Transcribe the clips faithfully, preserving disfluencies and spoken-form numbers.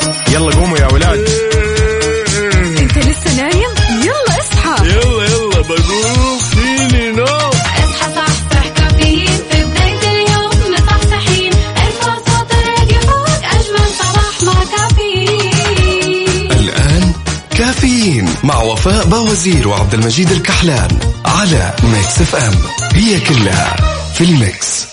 يلا قوموا يا ولاد. انت لسه نايم؟ يلا اصحى. يلا يلا بقوم فيني نوم. اصحى صحصح كافيين في بداية اليوم مصحصحين. ارفع صوت الراديو فوق أجمل صباح مع كافيين. الآن كافيين مع وفاء باوزير وعبد المجيد الكحلان على ميكس اف ام. هي كلها في الميكس.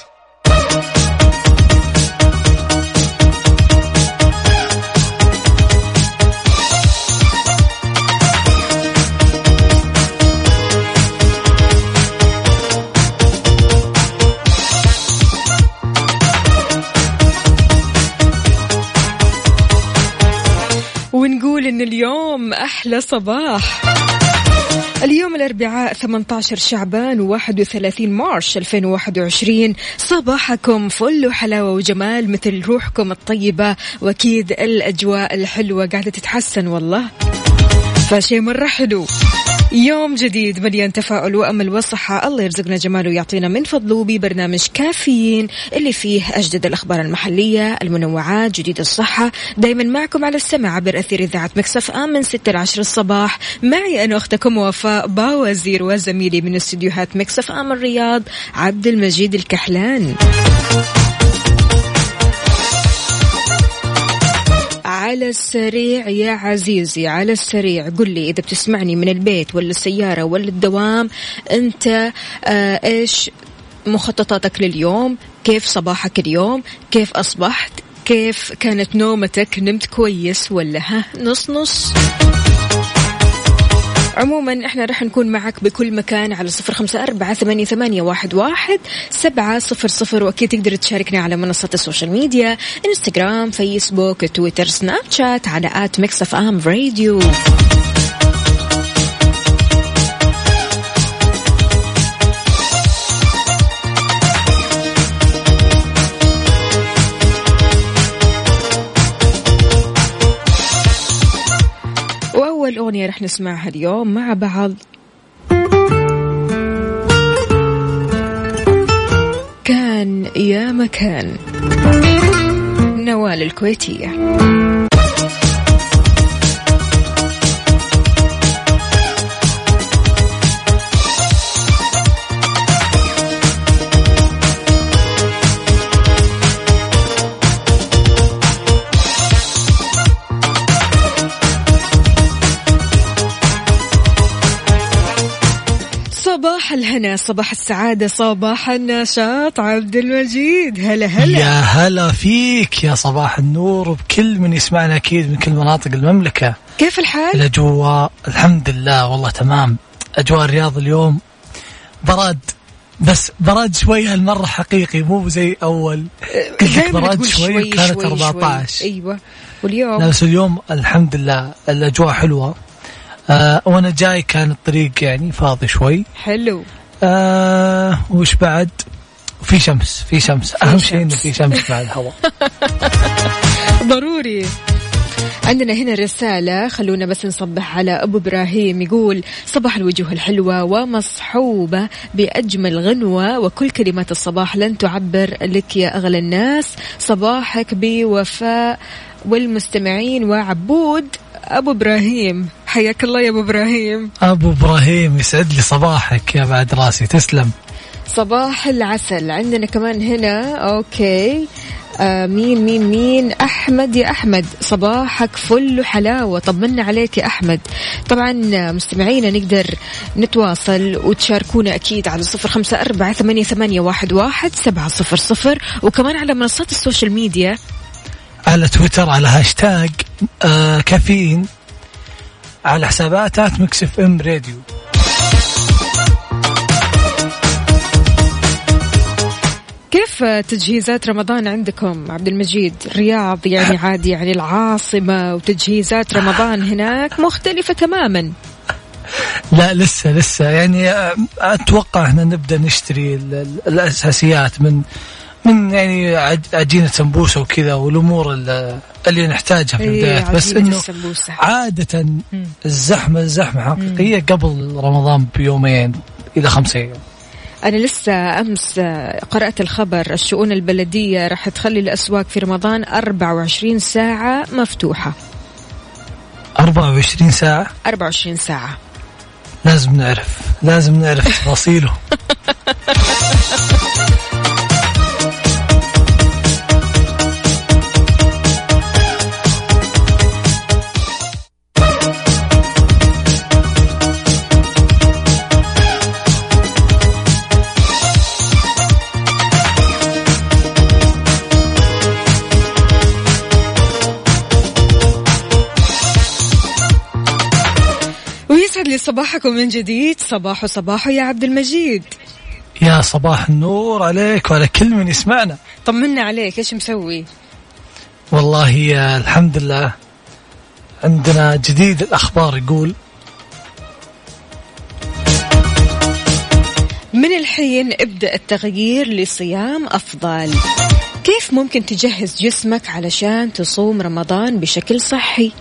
ونقول إن اليوم أحلى صباح. اليوم الأربعاء ثمانية عشر شعبان وواحد وثلاثين مارس ألفين وواحد وعشرين. صباحكم فل وحلاوة وجمال مثل روحكم الطيبة، وأكيد الأجواء الحلوة قاعدة تتحسن والله، فشي مرة حلو. يوم جديد مليان تفاؤل وأمل وصحة. الله يرزقنا جماله ويعطينا من فضله ببرنامج كافيين اللي فيه أجدد الأخبار المحلية، المنوعات، جديد الصحة، دايما معكم على السمع عبر أثير إذاعة ميكس اف ام من ستة لعشر الصباح. معي أنا أختكم وفاء باوزير، وزميلي من استديوهات ميكس اف ام الرياض عبد المجيد الكحلان. على السريع يا عزيزي، على السريع قل لي إذا بتسمعني من البيت ولا السيارة ولا الدوام، أنت آه إيش مخططاتك لليوم؟ كيف صباحك اليوم؟ كيف أصبحت؟ كيف كانت نومتك؟ نمت كويس ولا ها نص نص؟ عموما احنا رح نكون معك بكل مكان على صفر خمسة أربعة ثمانية ثمانية واحد واحد سبعة صفر صفر، واكيد تقدر تشاركنا على منصات السوشيال ميديا، انستغرام، فيسبوك، تويتر، سناب شات على آت ميكس اف ام راديو. وأول أغنية رح نسمعها اليوم مع بعض كان يا مكان، نوال الكويتية. صباح الهنا، صباح السعادة، صباح النشاط. عبد المجيد هلا هلا. يا هلا فيك، يا صباح النور وبكل من يسمعنا أكيد من كل مناطق المملكة. كيف الحال؟ الأجواء الحمد لله والله تمام. أجواء الرياض اليوم برد، بس برد شوي هالمرة حقيقي، مو زي أول. قلت برد شوي, شوي كانت شوي أربعة عشر شوي. أيوة. واليوم بس اليوم الحمد لله الأجواء حلوة. آه وانا جاي كان الطريق يعني فاضي شوي. حلو. آه وش بعد؟ في شمس، في شمس في اهم شيء انه في شمس مع الهواء. ضروري. عندنا هنا رسالة، خلونا بس نصبح على أبو إبراهيم، يقول صباح الوجوه الحلوة ومصحوبة بأجمل غنوة، وكل كلمات الصباح لن تعبر لك يا أغلى الناس. صباحك بوفاء والمستمعين وعبود. أبو إبراهيم حياك الله يا أبو إبراهيم. أبو إبراهيم يسعد لي صباحك يا بعد راسي، تسلم. صباح العسل. عندنا كمان هنا أوكي آه مين مين مين أحمد. يا أحمد صباحك فل وحلاوة، طمنا عليك يا أحمد. طبعا مستمعينا نقدر نتواصل وتشاركونا أكيد على صفر خمسة أربعة ثمانية ثمانية واحد واحد سبعة صفر صفر، وكمان على منصات السوشيال ميديا، على تويتر على هاشتاج آه كافيين، على حسابات ميكس اف ام راديو. كيف تجهيزات رمضان عندكم عبد المجيد؟ الرياض يعني عادي يعني العاصمة، وتجهيزات رمضان هناك مختلفة تماما. لا لسه لسه يعني أتوقع احنا نبدأ نشتري الأساسيات من من يعني عجينة سمبوسة وكذا والأمور اللي نحتاجها في البداية. بس إنه السمبوسة. عادة الزحمة الزحمة حقيقية قبل رمضان بيومين إلى خمسة أيام. أنا لسه أمس قرأت الخبر، الشؤون البلدية راح تخلي الأسواق في رمضان أربعة وعشرين ساعة مفتوحة. أربعة وعشرين ساعة أربعة وعشرين ساعة. لازم نعرف لازم نعرف تفاصيله. ويسعد لي صباحكم من جديد. صباح صباح يا عبد المجيد. يا صباح النور عليك وعلى كل من يسمعنا. طمنا عليك، ايش مسوي؟ والله الحمد لله عندنا جديد. الأخبار يقول من الحين ابدأ التغيير لصيام أفضل. كيف ممكن تجهز جسمك علشان تصوم رمضان بشكل صحي؟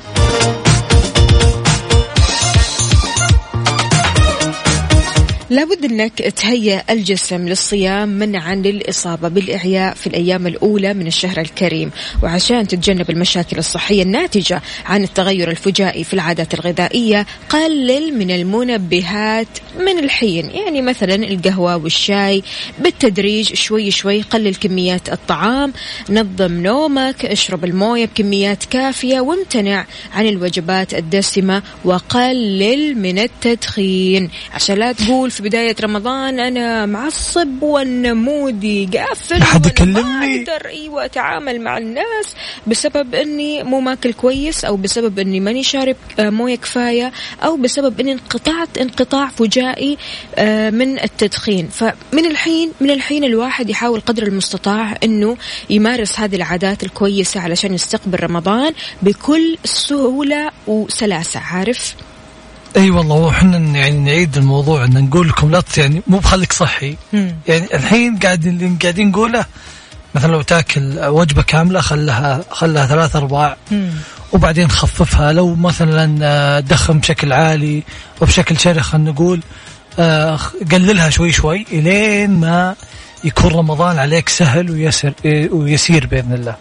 لابد أنك تهيئ الجسم للصيام منعا للإصابة بالإعياء في الأيام الأولى من الشهر الكريم، وعشان تتجنب المشاكل الصحية الناتجة عن التغير الفجائي في العادات الغذائية قلل من المنبهات من الحين. يعني مثلا القهوة والشاي بالتدريج، شوي شوي قلل كميات الطعام، نظم نومك، اشرب الموية بكميات كافية، وامتنع عن الوجبات الدسمة، وقلل من التدخين. عشان لا تقول في بداية رمضان أنا معصب والنمودي قافل حد يكلمني، أيوة أتعامل مع الناس بسبب أني مو ماكل كويس، أو بسبب أني ماني شارب موية كفاية، أو بسبب أني انقطعت انقطاع فجائي من التدخين. فمن الحين من الحين الواحد يحاول قدر المستطاع أنه يمارس هذه العادات الكويسة علشان يستقبل رمضان بكل سهولة وسلاسة. عارف؟ اي أيوة والله، وحنا يعني نعيد الموضوع ان نقول لكم لا يعني مو بخليك صحي. مم. يعني الحين قاعدين اللي قاعدين نقوله مثلا لو تاكل وجبه كامله خلها خلها ثلاث ارباع، وبعدين خففها. لو مثلا دخن بشكل عالي وبشكل شرخ خلينا نقول قللها شوي شوي الين ما يكون رمضان عليك سهل ويسر ويسير باذن الله.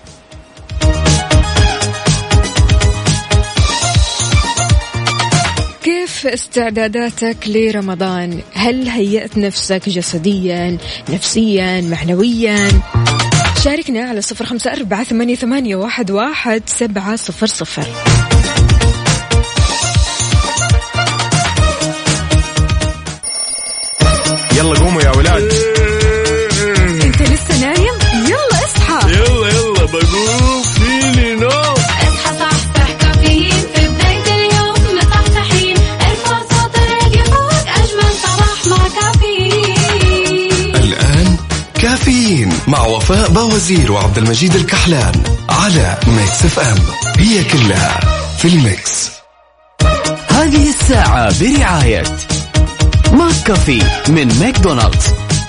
كيف استعداداتك لرمضان؟ هل هيأت نفسك جسديا، نفسيا، معنويا؟ شاركنا على صفر خمسة أربعة ثمانية ثمانية واحد واحد سبعة صفر صفر. يلا قوموا يا ولاد. انت لسه نايم؟ يلا اصحى. يلا يلا بقوم فيني نوم. اصحى صحصح كافيين في بداية اليوم مصحصحين، ارفع صوت الراديو فوق أجمل صباح مع كافيين. الآن كافيين مع وفاء باوزير وعبد المجيد الكحلان على ميكس اف ام. هي كلها في الميكس. هذه الساعة برعاية ماك كافي من ماكدونالدز.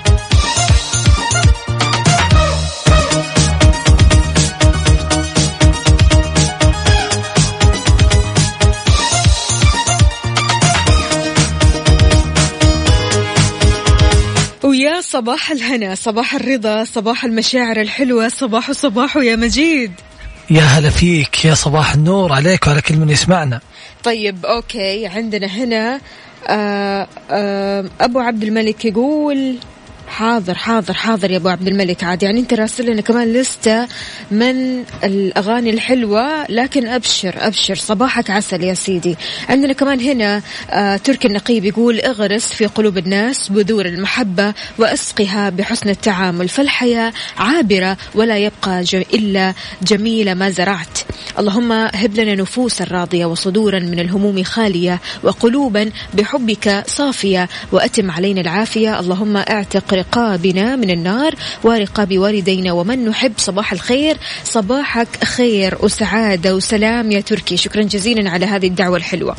ويا صباح الهنا، صباح الرضا، صباح المشاعر الحلوة، صباح صباح يا مجيد. يا هلا فيك، يا صباح النور عليك وعلى كل من يسمعنا. طيب أوكي، عندنا هنا آآ آآ أبو عبد الملك يقول حاضر حاضر حاضر يا أبو عبد الملك. عاد يعني أنت راسل لنا كمان لستة من الأغاني الحلوة، لكن أبشر أبشر صباحك عسل يا سيدي. عندنا كمان هنا آه تركي النقيب يقول اغرس في قلوب الناس بذور المحبة وأسقها بحسن التعامل، فالحياة عابرة ولا يبقى ج... إلا جميل ما زرعت. اللهم هب لنا نفوسا راضية وصدورا من الهموم خالية وقلوبا بحبك صافية، وأتم علينا العافية. اللهم اعتق رقابنا من النار ورقاب والدينا ومن نحب. صباح الخير، صباحك خير وسعادة وسلام يا تركي. شكرا جزيلا على هذه الدعوة الحلوة.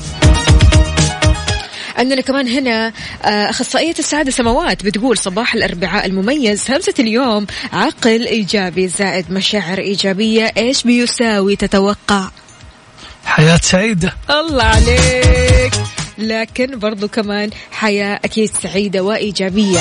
عندنا كمان هنا أخصائية السعادة سماوات بتقول صباح الأربعاء المميز، همسة اليوم عقل إيجابي زائد مشاعر إيجابية، إيش بيساوي تتوقع؟ حياة سعيدة. الله عليك. لكن برضو كمان حياة أكيد سعيدة وإيجابية.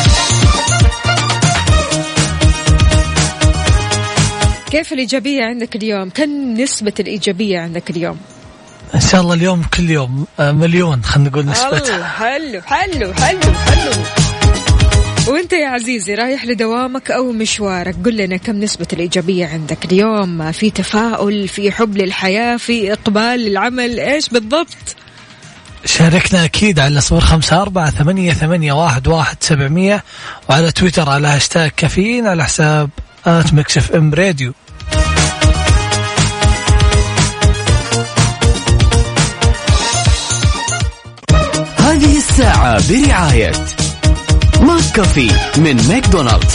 كيف الإيجابية عندك اليوم؟ كم نسبة الإيجابية عندك اليوم؟ إن شاء الله اليوم كل يوم مليون، خلينا نقول نسبتها. حلو حلو حلو حلو. وانت يا عزيزي رايح لدوامك أو مشوارك، قل لنا كم نسبة الإيجابية عندك اليوم؟ في تفاؤل، في حب للحياة، في إقبال للعمل، إيش بالضبط؟ شاركنا أكيد على صفر خمسة أربعة ثمانية ثمانية واحد واحد سبعمية، وعلى تويتر على هاشتاج كافيين على حساب آت ميكس اف ام راديو. هذه الساعة برعاية ماك كافي من ماكدونالدز.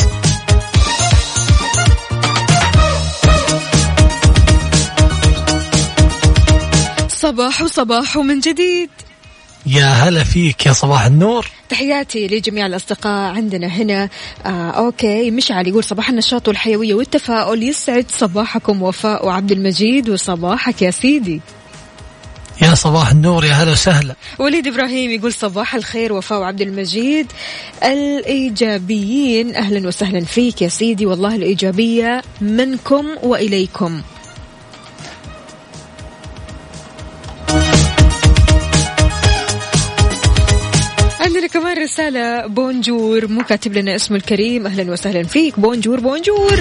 صباح وصباح من جديد. يا هلا فيك يا صباح النور. تحياتي لجميع الأصدقاء عندنا هنا. آه أوكي، مشعل يقول صباح النشاط والحيوية والتفاؤل، يسعد صباحكم وفاء وعبد المجيد، وصباحك يا سيدي. يا صباح النور، يا هلا وسهلا. وليد إبراهيم يقول صباح الخير وفاء وعبد المجيد الإيجابيين، أهلا وسهلا فيك يا سيدي، والله الإيجابية منكم وإليكم. عندنا كمان رسالة بونجور، مو كاتب لنا اسمه الكريم، أهلا وسهلا فيك بونجور بونجور.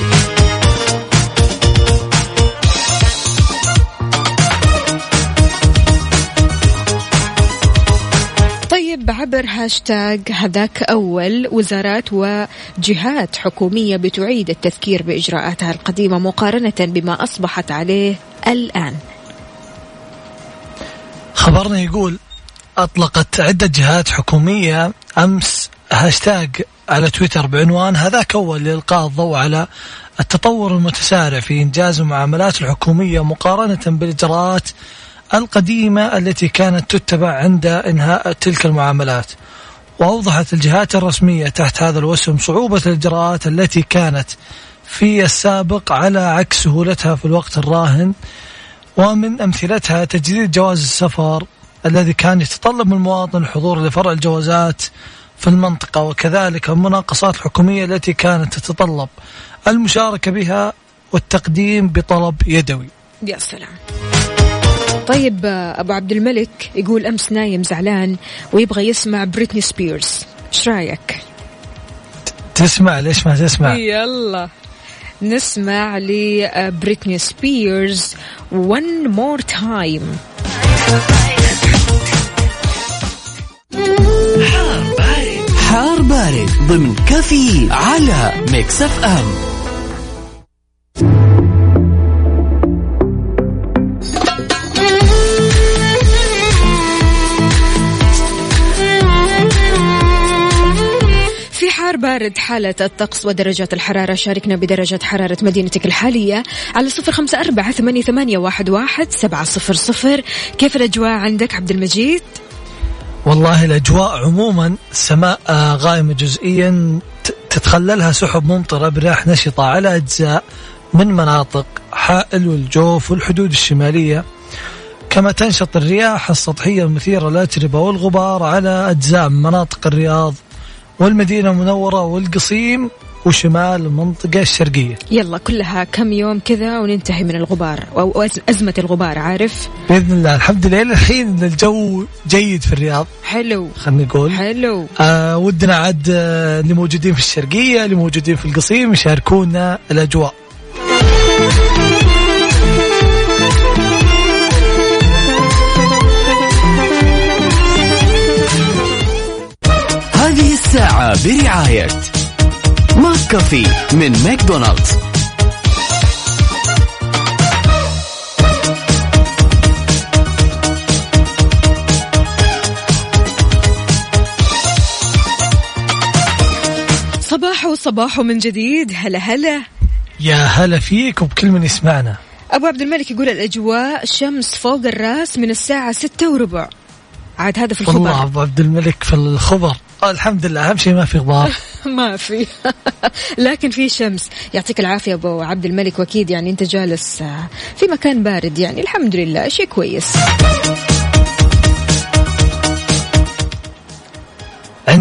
طيب، عبر هاشتاج هذاك أول، وزارات وجهات حكومية بتعيد التذكير بإجراءاتها القديمة مقارنة بما أصبحت عليه الآن. خبرنا يقول أطلقت عدة جهات حكومية أمس هاشتاج على تويتر بعنوان هذاك أول، لإلقاء الضوء على التطور المتسارع في إنجاز المعاملات الحكومية مقارنة بالإجراءات القديمة التي كانت تتبع عند إنهاء تلك المعاملات. وأوضحت الجهات الرسمية تحت هذا الوسم صعوبة الإجراءات التي كانت في السابق على عكس سهولتها في الوقت الراهن، ومن أمثلتها تجديد جواز السفر الذي كان يتطلب من المواطن الحضور لفرع الجوازات في المنطقة، وكذلك المناقصات الحكومية التي كانت تتطلب المشاركة بها والتقديم بطلب يدوي. يا سلام. طيب، أبو عبد الملك يقول أمس نايم زعلان ويبغى يسمع بريتني سبيرز، إيش رأيك؟ تسمع؟ ليش ما تسمع؟ يلا نسمع لبريتني سبيرز one more time. حار بارد، حار بارد ضمن كافيين على ميكس اف ام. في حار بارد حالة الطقس ودرجات الحرارة، شاركنا بدرجة حرارة مدينتك الحالية على صفر خمسة أربعة ثمانية ثمانية واحد واحد سبعة صفر صفر. كيف الأجواء عندك عبد المجيد؟ والله الأجواء عموما السماء غائمة جزئيا، تتخللها سحب ممطرة برياح نشطة على أجزاء من مناطق حائل والجوف والحدود الشمالية، كما تنشط الرياح السطحية المثيرة للأتربة والغبار على أجزاء من مناطق الرياض والمدينة المنورة والقصيم وشمال المنطقة الشرقية. يلا كلها كم يوم كذا وننتهي من الغبار أو أزمة الغبار، عارف؟ بإذن الله. الحمد لله الحين الجو جيد في الرياض، حلو خلنا نقول حلو. آه ودنا عاد آه اللي موجودين في الشرقية اللي موجودين في القصيم يشاركونا الأجواء. هذه الساعة برعاية ماك كافي من ماكدونالدز. صباح وصباح من جديد. هلا هلا يا هلا فيك وبكل من يسمعنا. أبو عبد الملك يقول الأجواء شمس فوق الراس من الساعة ستة وربع، عاد هذا في الخبر. والله أبو عبد الملك في الخبر آه الحمد لله، أهم شيء ما في غبار. ما في لكن في شمس. يعطيك العافية أبو عبد الملك، وأكيد يعني أنت جالس في مكان بارد، يعني الحمد لله شيء كويس.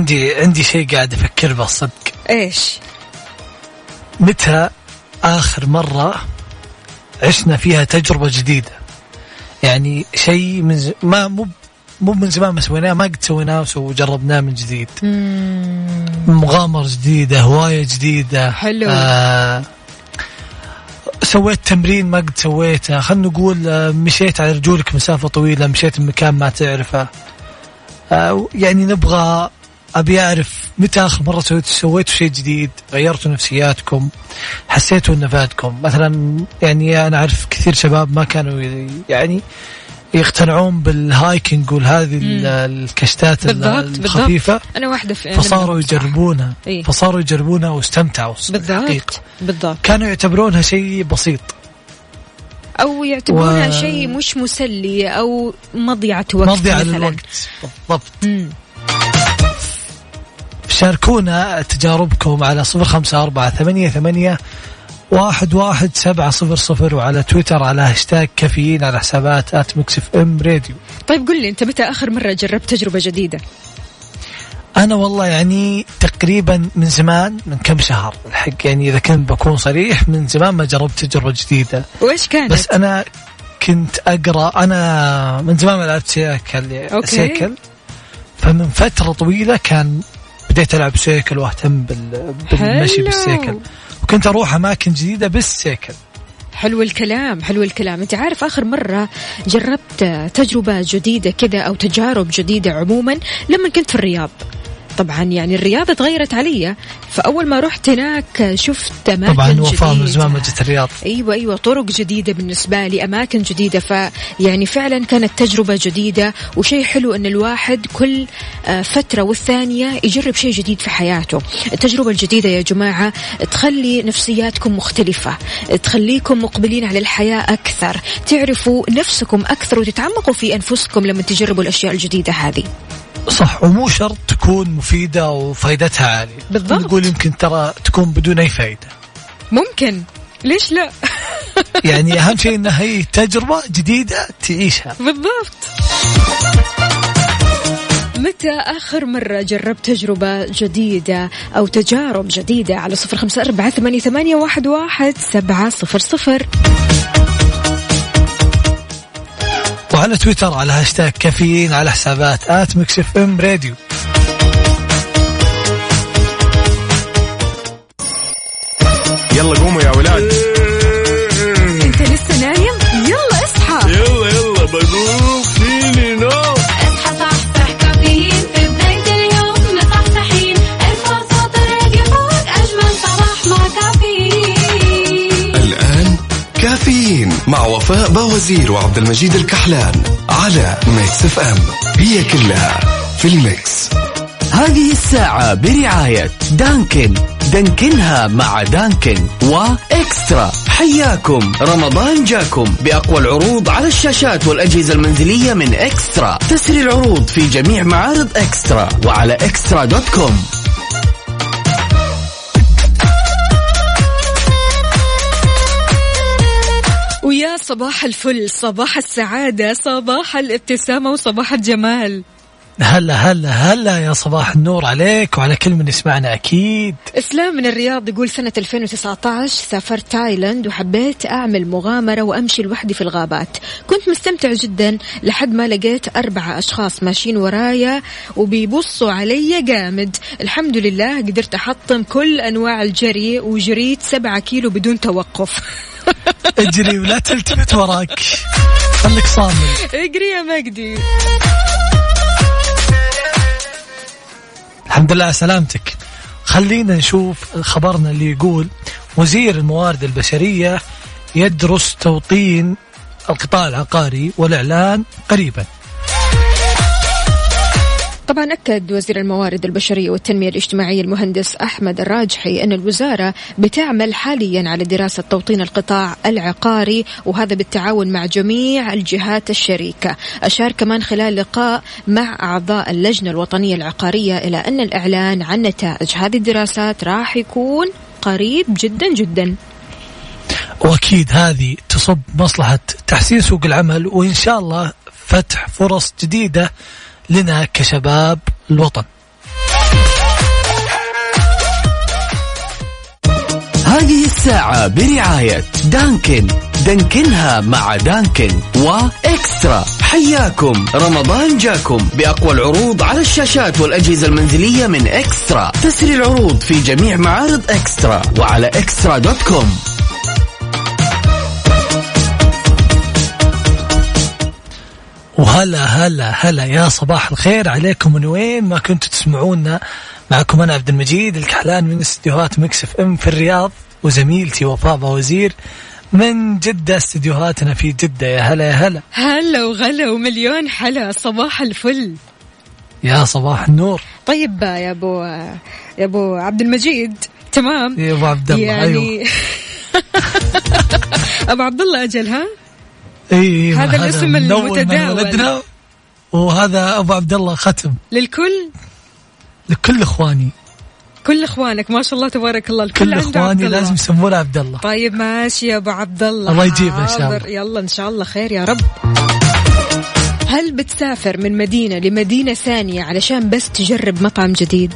عندي عندي شيء قاعد أفكر بالصدق. إيش؟ متى آخر مرة عشنا فيها تجربة جديدة؟ يعني شيء من ز... ما مو مو من زمان ما سويناه، ما قد سويناه وجربناه من جديد. مم. مغامرة جديدة، هواية جديدة. حلو. آه سويت تمرين ما قد سويته، خلنا نقول آه مشيت على رجولك مسافة طويلة، مشيت بمكان ما تعرفه. آه يعني نبغى أبي أعرف متى آخر مرة سويت سويتوا شيء جديد، غيرتوا نفسياتكم، حسيتوا إن فادكم. مثلا يعني أنا أعرف كثير شباب ما كانوا يعني يقتنعون بالهايكينج والهذه الكشتات بالضبط الخفيفة. بالضبط. أنا واحدة في فصاروا يجربونها. إيه؟ فصاروا يجربونها واستمتعوا. بالضبط بالضبط. كانوا يعتبرونها شيء بسيط أو يعتبرونها و... شيء مش مسلي أو مضيعة وقت. مضيعة للوقت. بالضبط. مم. شاركونا تجاربكم على صفر خمسة أربعة ثمانية ثمانية واحد واحد سبعة صفر صفر، وعلى تويتر على هاشتاج كافيين على حسابات آت ميكس اف ام راديو. طيب قل لي أنت متى آخر مرة جربت تجربة جديدة؟ أنا والله يعني تقريبا من زمان، من كم شهر الحق، يعني إذا كنت بكون صريح من زمان ما جربت تجربة جديدة. وإيش كانت؟ بس أنا كنت أقرأ، أنا من زمان ما لعبت سيكل. سيكل فمن فترة طويلة كان بديت ألعب سيكل واهتم بالمشي بالسيكل، وكنت أروح أماكن جديدة بالسيكل. حلو الكلام حلو الكلام. أنت عارف آخر مرة جربت تجربة جديدة كذا أو تجارب جديدة عموما لما كنت في الرياض. طبعا يعني الرياضة تغيرت علي، فأول ما رحت هناك شفت أماكن طبعا جديدة. وفاء من زمان ما جت الرياض. أيوة أيوة طرق جديدة بالنسبة لي، أماكن جديدة، فيعني فعلا كانت تجربة جديدة وشيء حلو أن الواحد كل فترة والثانية يجرب شيء جديد في حياته. التجربة الجديدة يا جماعة تخلي نفسياتكم مختلفة، تخليكم مقبلين على الحياة أكثر، تعرفوا نفسكم أكثر وتتعمقوا في أنفسكم لما تجربوا الأشياء الجديدة هذه. صح، ومو شرط تكون مفيدة وفائدتها عالية. بالضبط. نقول يمكن ترى تكون بدون أي فائدة. ممكن، ليش لا؟ يعني أهم شيء إنها هي تجربة جديدة تعيشها. بالضبط. متى آخر مرة جربت تجربة جديدة أو تجارب جديدة؟ على صفر خمسة أربعة ثمانية ثمانية واحد واحد سبعة صفر صفر، وعلى تويتر على هاشتاج كافيين على حسابات آت ميكس اف ام راديو. يلا قوموا يا ولاد. انت لسه نايم؟ يلا اصحى. يلا يلا بقوم فيني نو. اصحى صحصح كافيين في بداية اليوم مصحصحين، ارفع صوت الراديو فوق أجمل صباح مع كافيين. الآن كافيين مع وفاء باوزير وعبد المجيد الكحلان على ميكس اف ام، هي كلها في الميكس. هذه الساعة برعاية دانكن، دانكنها مع دانكن وإكسترا. حياكم رمضان جاكم بأقوى العروض على الشاشات والأجهزة المنزلية من إكسترا. تسري العروض في جميع معارض إكسترا وعلى إكسترا دوت كوم. ويا صباح الفل، صباح السعادة، صباح الابتسامة وصباح الجمال. هلا هلا هلا يا صباح النور عليك وعلى كل من يسمعنا. أكيد. إسلام من الرياض يقول سنة ألفين وتسعة عشر سافرت تايلاند وحبيت أعمل مغامرة وأمشي لوحدي في الغابات. كنت مستمتع جدا لحد ما لقيت أربعة أشخاص ماشيين ورايا وبيبصوا علي جامد. الحمد لله قدرت أحطم كل أنواع الجري وجريت سبعة كيلو بدون توقف. اجري ولا تلتفت وراك، خليك صامل. اجري يا مجدي. الحمد لله على سلامتك. خلينا نشوف خبرنا اللي يقول وزير الموارد البشرية يدرس توطين القطاع العقاري والإعلان قريبا. طبعا أكد وزير الموارد البشرية والتنمية الاجتماعية المهندس أحمد الراجحي أن الوزارة بتعمل حاليا على دراسة توطين القطاع العقاري، وهذا بالتعاون مع جميع الجهات الشريكة. أشار كمان خلال لقاء مع أعضاء اللجنة الوطنية العقارية إلى أن الإعلان عن نتائج هذه الدراسات راح يكون قريب جدا جدا، وأكيد هذه تصب مصلحة تحسين سوق العمل، وإن شاء الله فتح فرص جديدة لنا كشباب الوطن. هذه الساعة برعاية دانكن، دانكنها مع دانكن، وإكسترا. حياكم رمضان جاكم بأقوى العروض على الشاشات والأجهزة المنزلية من إكسترا. تسري العروض في جميع معارض إكسترا وعلى إكسترا دوت كوم. وهلا هلا هلا يا صباح الخير عليكم من وين ما كنتوا تسمعونا. معكم أنا عبد المجيد الكحلان من استديوهات ميكس اف ام في الرياض، وزميلتي وفاء باوزير من جدة استديوهاتنا في جدة. يا هلا يا هلا هلا وغلا ومليون حلا، صباح الفل يا صباح النور. طيب يا ابو يا ابو عبد المجيد، تمام يا ابو عبد الله. يعني أيوه. ابو عبد الله اجل ها. اي هذا الاسم المتداول، وهذا ابو عبد الله ختم للكل، لكل اخواني، كل اخوانك ما شاء الله تبارك الله، الكل كل اخواني لازم يسمونه عبد الله. طيب ماشي يا ابو عبد الله، الله يجيبه ان شاء الله. يلا ان شاء الله خير يا رب. هل بتسافر من مدينة لمدينة ثانية علشان بس تجرب مطعم جديد؟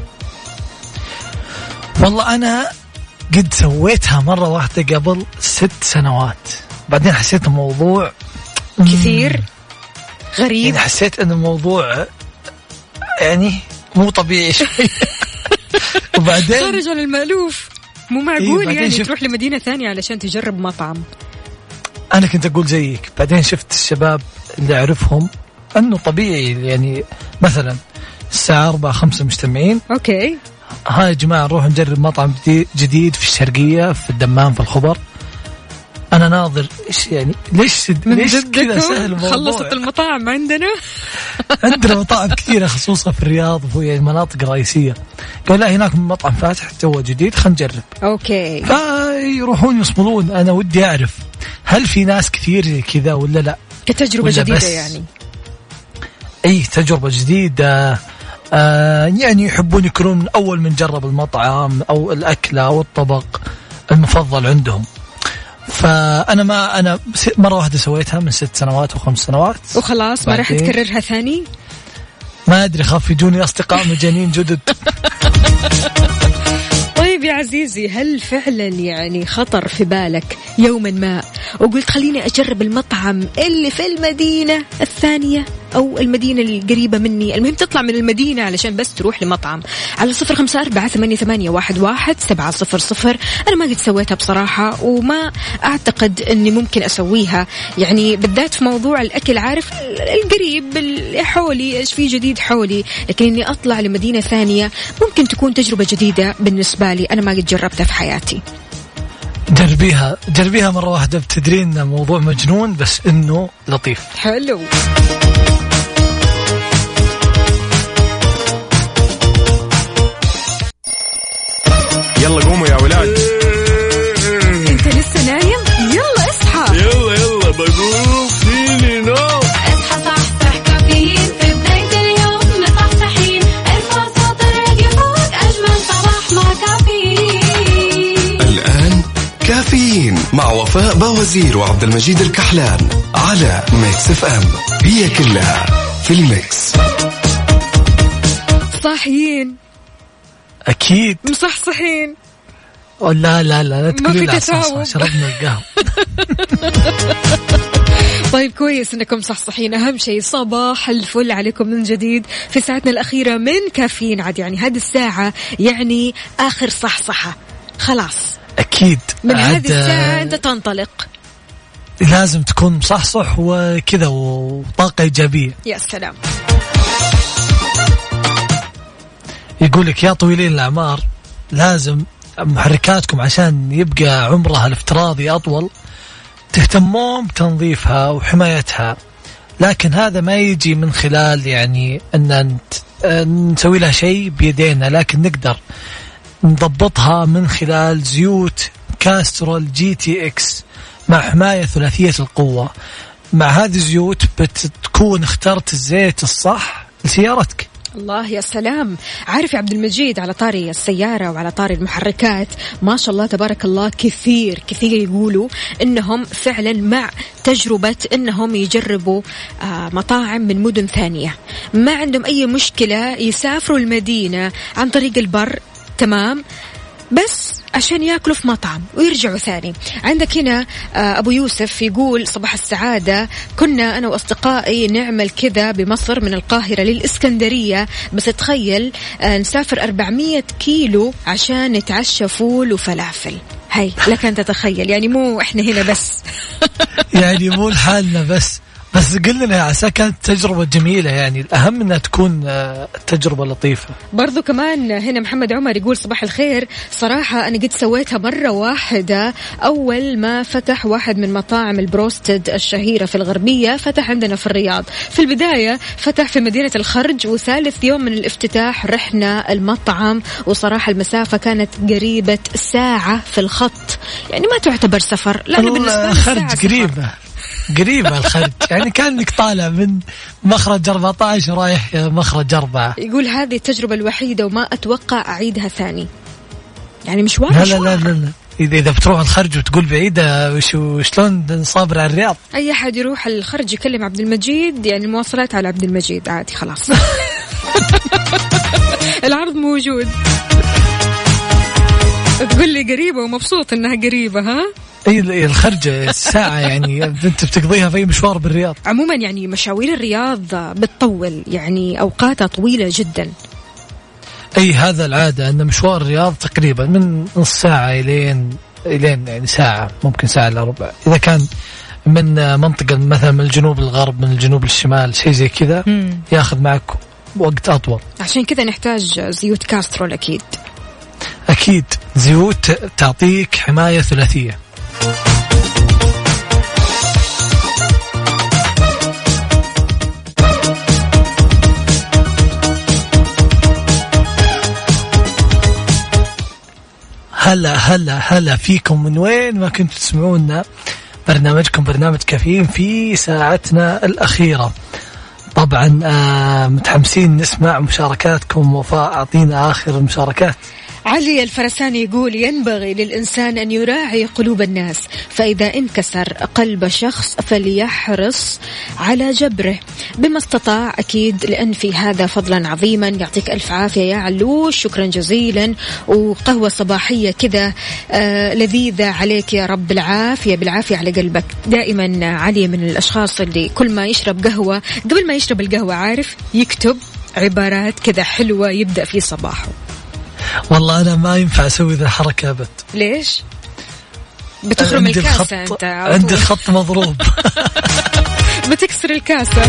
والله انا قد سويتها مرة واحدة قبل ست سنوات، بعدين حسيت الموضوع كثير غريب، يعني حسيت ان الموضوع يعني مو طبيعي شوي. وبعدين خارج عن المألوف، مو معقول. إيه، يعني شفت... تروح لمدينة ثانية علشان تجرب مطعم. أنا كنت أقول زيك، بعدين شفت الشباب اللي أعرفهم أنه طبيعي، يعني مثلا الساعة أربعة خمسة مجتمعين، أوكي هاي يا جماعة نروح نجرب مطعم جديد في الشرقية في الدمام في الخبر. أنا ناظر إيش يعني ليش ليش كذا سهل الموضوع؟ خلصت المطاعم عندنا. عندنا مطاعم كثيرة خصوصا في الرياض وهي المناطق الرئيسية. قال لا هناك مطعم فاتح تو جديد خلينا نجرب. أوكي. فيروحون يصملون. أنا ودي أعرف هل في ناس كثير كذا ولا لا؟ كتجربة جديدة يعني. أي تجربة جديدة. آه يعني يحبون يكونون من أول من جرب المطعم أو الأكلة أو الطبق المفضل عندهم. فأنا ما أنا مرة واحدة سويتها من ست سنوات وخمس سنوات وخلاص ما راح تكررها ثاني. ما أدري، خاف يجوني أصدقاء مجانين جدد. طيب يا عزيزي، هل فعلا يعني خطر في بالك يوما ما وقلت خليني أجرب المطعم اللي في المدينة الثانية أو المدينة القريبة مني، المهم تطلع من المدينة علشان بس تروح لمطعم؟ على صفر خمسة أربعة ثمانية ثمانية واحد واحد سبعة صفر صفر. أنا ما قد سويتها بصراحة، وما أعتقد أني ممكن أسويها، يعني بالذات في موضوع الأكل، عارف القريب اللي حولي إيش في جديد حولي، لكن أني أطلع لمدينة ثانية ممكن تكون تجربة جديدة بالنسبة لي، أنا ما قد جربتها في حياتي. جربيها جربيها مرة واحدة، بتدرين موضوع مجنون بس إنه لطيف. حلو. يلا قوموا يا ولاد. انت لسه نايم؟ يلا اصحى. يلا يلا بقوم فيني نوم. اصحى صحصح كافيين في بداية اليوم مصحصحين، ارفع صوت الراديو فوق أجمل صباح مع كافيين. الآن كافيين مع وفاء باوزير وعبد المجيد الكحلان على ميكس اف ام، هي كلها في الميكس. صاحيين أكيد مصحصحين. لا لا لا لا تقولي لا صح، شربنا القهوة. طيب كويس انكم صحصحين، اهم شيء صباح الفل عليكم من جديد في ساعتنا الاخيره من كافيين. عاد يعني هذه الساعه يعني اخر صحصحه خلاص، اكيد من هذه الساعه انت تنطلق، لازم تكون مصحصح وكذا وطاقه ايجابيه. يا سلام. يقولك يا طويلين الاعمار لازم محركاتكم عشان يبقى عمرها الافتراضي اطول تهتمون بتنظيفها وحمايتها، لكن هذا ما يجي من خلال يعني أن نسوي لها شيء بيدينا، لكن نقدر نضبطها من خلال زيوت كاسترول جي تي اكس مع حماية ثلاثية القوة. مع هذه الزيوت بتكون اخترت الزيت الصح لسيارتك. الله يا سلام. عارف يا عبد المجيد، على طاري السيارة وعلى طاري المحركات ما شاء الله تبارك الله كثير كثير يقولوا إنهم فعلا مع تجربة إنهم يجربوا آه مطاعم من مدن ثانية، ما عندهم أي مشكلة يسافروا المدينة عن طريق البر، تمام، بس عشان ياكلوا في مطعم ويرجعوا ثاني. عندك هنا أبو يوسف يقول صباح السعادة، كنا أنا وأصدقائي نعمل كذا بمصر من القاهرة للإسكندرية، بس تخيل نسافر أربعمية كيلو عشان نتعشى فول وفلافل. هاي لك أن تتخيل، يعني مو إحنا هنا بس يعني مو لحالنا بس بس قل لنا عسى كانت تجربة جميلة، يعني الأهم أنها تكون تجربة لطيفة. برضو كمان هنا محمد عمر يقول صباح الخير، صراحة أنا قد سويتها مرة واحدة أول ما فتح واحد من مطاعم البروستد الشهيرة في الغربية، فتح عندنا في الرياض. في البداية فتح في مدينة الخرج، وثالث يوم من الافتتاح رحنا المطعم، وصراحة المسافة كانت قريبة ساعة في الخط، يعني ما تعتبر سفر، لأنه بالنسبة لي قريبة قريبة الخرج، يعني كأنك طالع من مخرج أربعة عشر رايح مخرج أربعة. يقول هذه التجربة الوحيدة وما أتوقع أعيدها ثاني، يعني مشوار لا مشوار. لا لا لا إذا إذا بتروح الخرج وتقول بعيدة وش وشلون نصابر على الرياض؟ أي أحد يروح الخرج يكلم عبد المجيد، يعني المواصلات على عبد المجيد عادي خلاص. العرض موجود. تقول لي قريبة ومبسوط إنها قريبة، ها؟ اي الخرجة ساعة يعني انت بتقضيها في مشوار بالرياض. عموما يعني مشاوير الرياض بتطول، يعني اوقاتها طويلة جدا. اي هذا العادة ان مشوار الرياض تقريبا من نص ساعة الين الين يعني ساعة، ممكن ساعة الا ربع اذا كان من منطقة مثلا من الجنوب للغرب من الجنوب للشمال شيء زي كذا ياخذ معك وقت اطول. عشان كذا نحتاج زيوت كاسترول اكيد. اكيد زيوت تعطيك حماية ثلاثية. هلا هلا هلا فيكم من وين ما كنتوا تسمعونا، برنامجكم برنامج كافيين في ساعتنا الأخيرة. طبعا آه متحمسين نسمع مشاركاتكم. وفاء أعطينا آخر المشاركات. علي الفرساني يقول ينبغي للإنسان أن يراعي قلوب الناس، فإذا انكسر قلب شخص فليحرص على جبره بما استطاع أكيد، لأن في هذا فضلا عظيما. يعطيك ألف عافية يا علوش، شكرا جزيلا. وقهوة صباحية كذا آه لذيذة عليك يا رب، العافية بالعافية على قلبك. دائما علي من الأشخاص اللي كل ما يشرب قهوة قبل ما يشرب القهوة عارف يكتب عبارات كذا حلوة يبدأ في صباحه. والله أنا ما ينفع أسوي ذا الحركة أبد. ليش؟ بتخرم الكاسة أنت. عندي الخط مضروب. بتكسر الكاسة.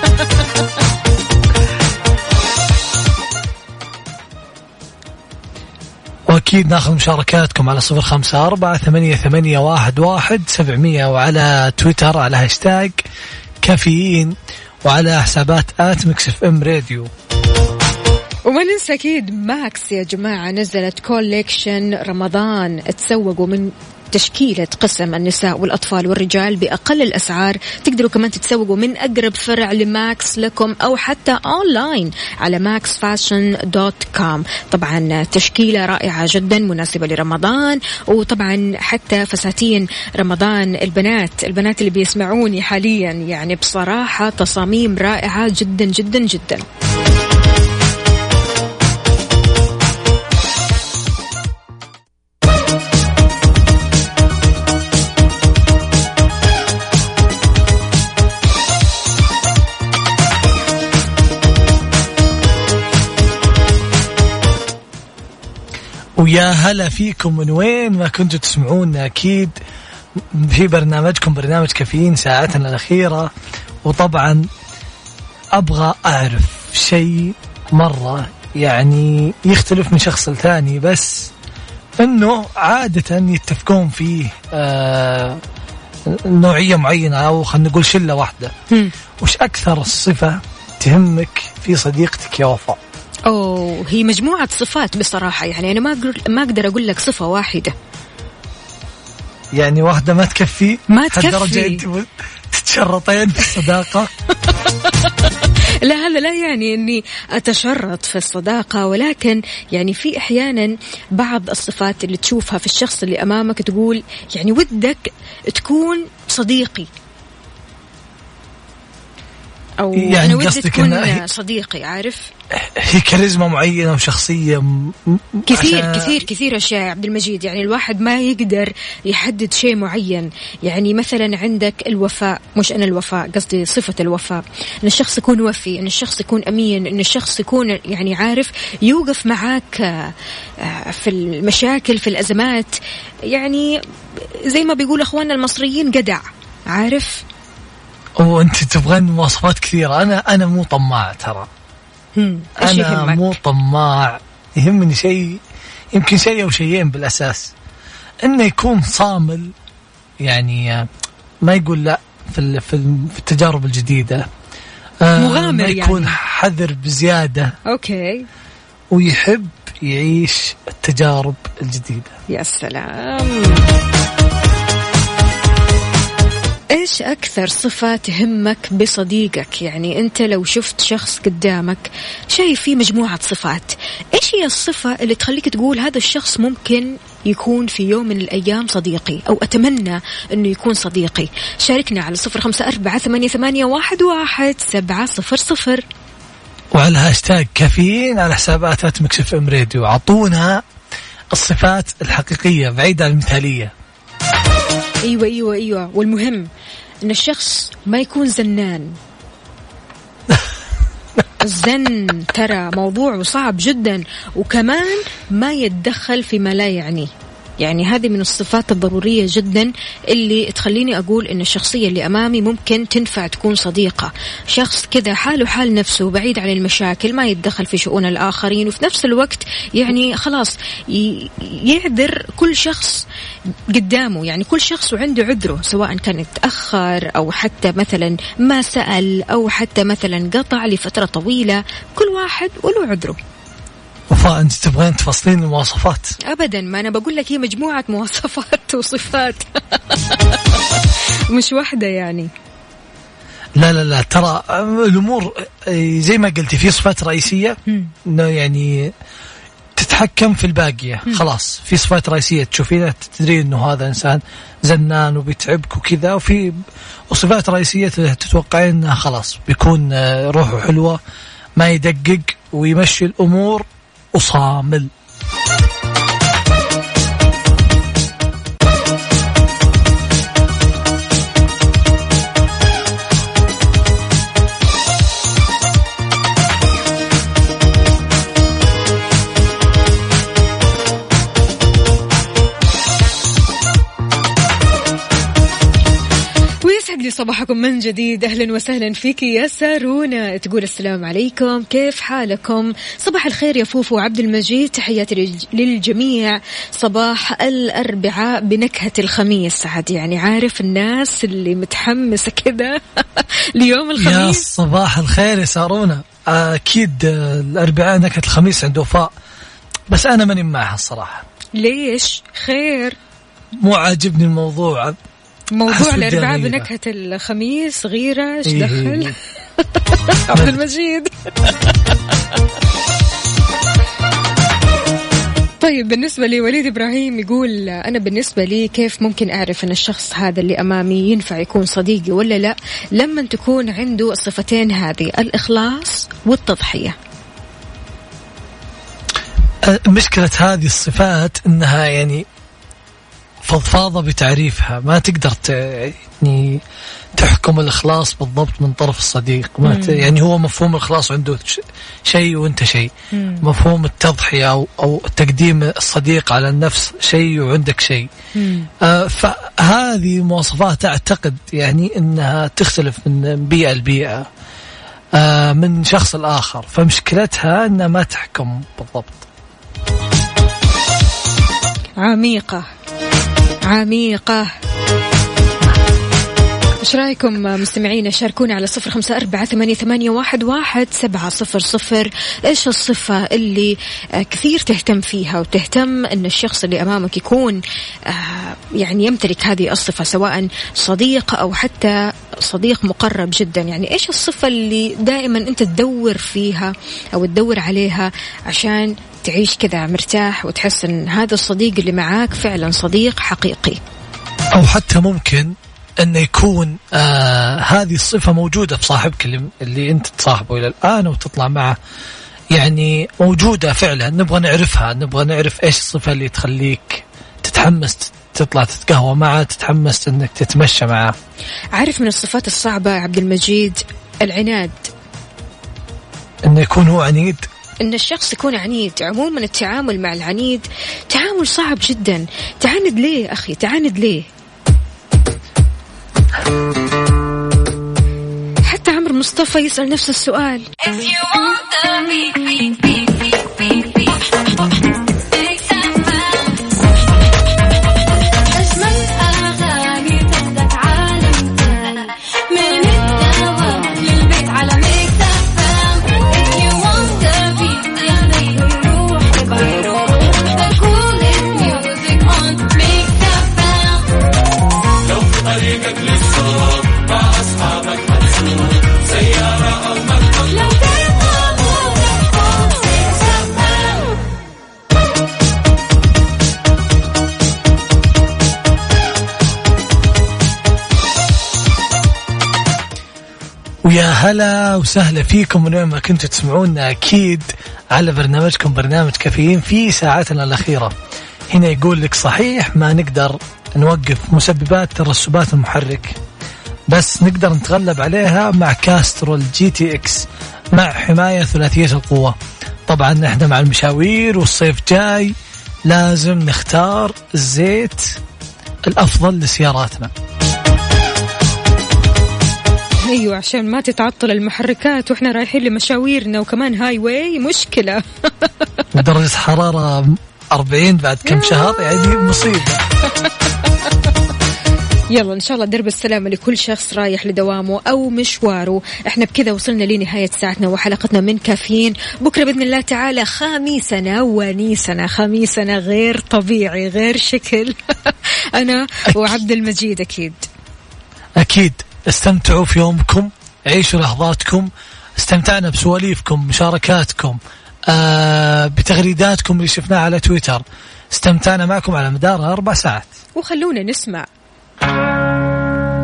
وأكيد ناخذ مشاركاتكم على صفر خمسة أربعة ثمانية ثمانية واحد واحد سبعمية، وعلى تويتر على هاشتاج كافيين، وعلى حسابات آت ميكس اف ام راديو. وما ننسى أكيد ماكس يا جماعة نزلت كوليكشن رمضان، تسوقوا من تشكيلة قسم النساء والأطفال والرجال بأقل الأسعار. تقدروا كمان تتسوقوا من أقرب فرع لماكس لكم، أو حتى أونلاين على ماكس فاشن دوت كوم. طبعا تشكيلة رائعة جدا مناسبة لرمضان، وطبعا حتى فساتين رمضان البنات البنات اللي بيسمعوني حاليا، يعني بصراحة تصاميم رائعة جدا جدا جدا. ويا هلا فيكم من وين ما كنتوا تسمعونا، أكيد في برنامجكم برنامج كافيين ساعتنا الأخيرة. وطبعا أبغى أعرف شيء مرة يعني يختلف من شخص لثاني، بس أنه عادة يتفقون فيه آه نوعية معينة، أو خلينا نقول شلة واحدة. وش أكثر الصفة تهمك في صديقتك يا وفاء؟ أوه هي مجموعة صفات بصراحة، يعني أنا ما أقدر ما أقدر أقول لك صفة واحدة. يعني واحدة ما تكفي؟ ما تكفي. أنت تتشرطين في الصداقة؟ لا هذا لا يعني أني أتشرط في الصداقة، ولكن يعني في أحيانا بعض الصفات اللي تشوفها في الشخص اللي أمامك تقول يعني ودك تكون صديقي. أو يعني أنا ودي قصدك تكون إنه- صديقي، عارف؟ هي كاريزما معينة وشخصية م- كثير عشان- كثير كثير أشياء عبد المجيد. يعني الواحد ما يقدر يحدد شيء معين. يعني مثلا عندك الوفاء، مش أنا الوفاء قصدي صفة الوفاء، إن الشخص يكون وفي، إن الشخص يكون أمين، إن الشخص يكون يعني عارف يوقف معاك آه، في المشاكل في الأزمات. يعني زي ما بيقول أخواننا المصريين جدع، عارف؟ وانت تبغين مواصفات كثيرة. انا انا مو طماع ترى. هم، إيش انا يهمك؟ مو طماع، يهمني شيء، يمكن شيء او شيئين بالاساس. انه يكون صامل، يعني ما يقول لا في ال- في ال- في التجارب الجديدة. آه، مغامر ما يكون يعني. حذر بزيادة، أوكي، ويحب يعيش التجارب الجديدة. يا سلام. إيش أكثر صفة تهمك بصديقك؟ يعني أنت لو شفت شخص قدامك شايف فيه مجموعة صفات، إيش هي الصفة اللي تخليك تقول هذا الشخص ممكن يكون في يوم من الأيام صديقي، أو أتمنى أنه يكون صديقي؟ شاركنا على صفر خمسة أربعة ثمانية ثمانية واحد واحد سبعة صفر صفر. وعلى هاشتاج كافيين على حسابات ميكس اف ام راديو، عطونا الصفات الحقيقية بعيدة عن المثالية. أيوة أيوة أيوة، والمهم أن الشخص ما يكون زنان. الزن ترى موضوع صعب جدا، وكمان ما يتدخل فيما لا يعنيه. يعني هذه من الصفات الضرورية جدا اللي تخليني أقول إن الشخصية اللي أمامي ممكن تنفع تكون صديقة. شخص كذا حاله حال نفسه، بعيد عن المشاكل، ما يتدخل في شؤون الآخرين، وفي نفس الوقت يعني خلاص يعذر كل شخص قدامه. يعني كل شخص وعنده عذره، سواء كان يتأخر أو حتى مثلا ما سأل أو حتى مثلا قطع لفترة طويلة، كل واحد وله عذره. وفاء، أنت تبغين تفصلين المواصفات؟ أبدا، ما أنا بقول لك هي مجموعة مواصفات وصفات مش واحدة يعني. لا لا لا، ترى الأمور زي ما قلتي في صفات رئيسية إنه يعني تتحكم في الباقية. خلاص في صفات رئيسية تشوفينها تدري إنه هذا إنسان زنان وبيتعبك وكذا، وفي وصفات رئيسية تتوقعين إنها خلاص بيكون روحه حلوة، ما يدقق ويمشي الأمور وصامل. يسعد لي صباحكم من جديد. أهلا وسهلا فيك يا سارونا، تقول السلام عليكم، كيف حالكم؟ صباح الخير يا فوفو وعبد المجيد، تحياتي للجميع. صباح الأربعاء بنكهة الخميس، عاد يعني عارف الناس اللي متحمسة كذا ليوم الخميس. يا صباح الخير يا سارونا. أكيد الأربعاء نكهة الخميس عند وفاء، بس أنا ماني معها الصراحة. ليش؟ خير؟ مو عاجبني الموضوع. موضوع الأربعاء بنكهة الخميس غيرة، ايش إيه دخل؟ عبد المجيد. طيب بالنسبة لي وليد إبراهيم يقول أنا بالنسبة لي كيف ممكن أعرف أن الشخص هذا اللي أمامي ينفع يكون صديقي ولا لا؟ لما تكون عنده الصفتين هذه، الإخلاص والتضحية. مشكلة هذه الصفات أنها يعني فضفاضة بتعريفها، ما تقدر يعني تحكم الإخلاص بالضبط من طرف الصديق. ما ت... يعني هو مفهوم الإخلاص عنده شيء وأنت شيء، مفهوم التضحية أو أو تقديم الصديق على النفس شيء وعندك شيء. آه فهذه مواصفات أعتقد يعني أنها تختلف من بيئة لبيئة، آه من شخص الآخر، فمشكلتها أنها ما تحكم بالضبط. عميقة عميقة. ايش رايكم مستمعين؟ شاركونا على صفر خمسة أربعة ثمانية ثمانية واحد واحد سبعة صفر صفر. ايش الصفة اللي كثير تهتم فيها وتهتم ان الشخص اللي امامك يكون يعني يمتلك هذه الصفة، سواء صديق او حتى صديق مقرب جدا؟ يعني ايش الصفة اللي دائما انت تدور فيها او تدور عليها عشان تعيش كذا مرتاح وتحس ان هذا الصديق اللي معاك فعلا صديق حقيقي؟ او حتى ممكن أنه يكون آه هذه الصفة موجودة في صاحبك اللي, اللي أنت تصاحبه إلى الآن وتطلع معه، يعني موجودة فعلا، نبغى نعرفها، نبغى نعرف إيش الصفة اللي تخليك تتحمس تطلع تتقهوى معه، تتحمس أنك تتمشى معه. عارف من الصفات الصعبة عبد المجيد العناد، أنه يكون هو عنيد، إن الشخص يكون عنيد. عموما التعامل مع العنيد تعامل صعب جدا. تعاند ليه أخي؟ تعاند ليه؟ حتى عمر مصطفى يسأل نفس السؤال. ويا هلا وسهلا فيكم من وين ما كنتوا تسمعونا، أكيد على برنامجكم برنامج كافيين في ساعاتنا الأخيرة. هنا يقول لك صحيح ما نقدر نوقف مسببات ترسبات المحرك، بس نقدر نتغلب عليها مع كاسترول جي تي اكس مع حماية ثلاثية القوة. طبعا احنا مع المشاوير والصيف جاي لازم نختار الزيت الأفضل لسياراتنا. أيوة عشان ما تتعطل المحركات وإحنا رايحين لمشاويرنا، وكمان هاي واي مشكلة. درجة حرارة أربعين بعد كم شهر، يعني مصيبة. يلا إن شاء الله درب السلامة لكل شخص رايح لدوامه أو مشواره. إحنا بكذا وصلنا لنهاية ساعتنا وحلقتنا من كافيين. بكرة بإذن الله تعالى خميسنا ونيسنا، خميسنا غير طبيعي غير شكل. أنا وعبد المجيد أكيد أكيد استمتعوا في يومكم، عيشوا لحظاتكم، استمتعنا بسواليفكم، مشاركاتكم، آه بتغريداتكم اللي شفناها على تويتر، استمتعنا معكم على مدار أربع ساعات. وخلونا نسمع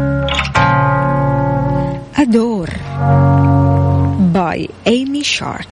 أدور باي إيمي شارك.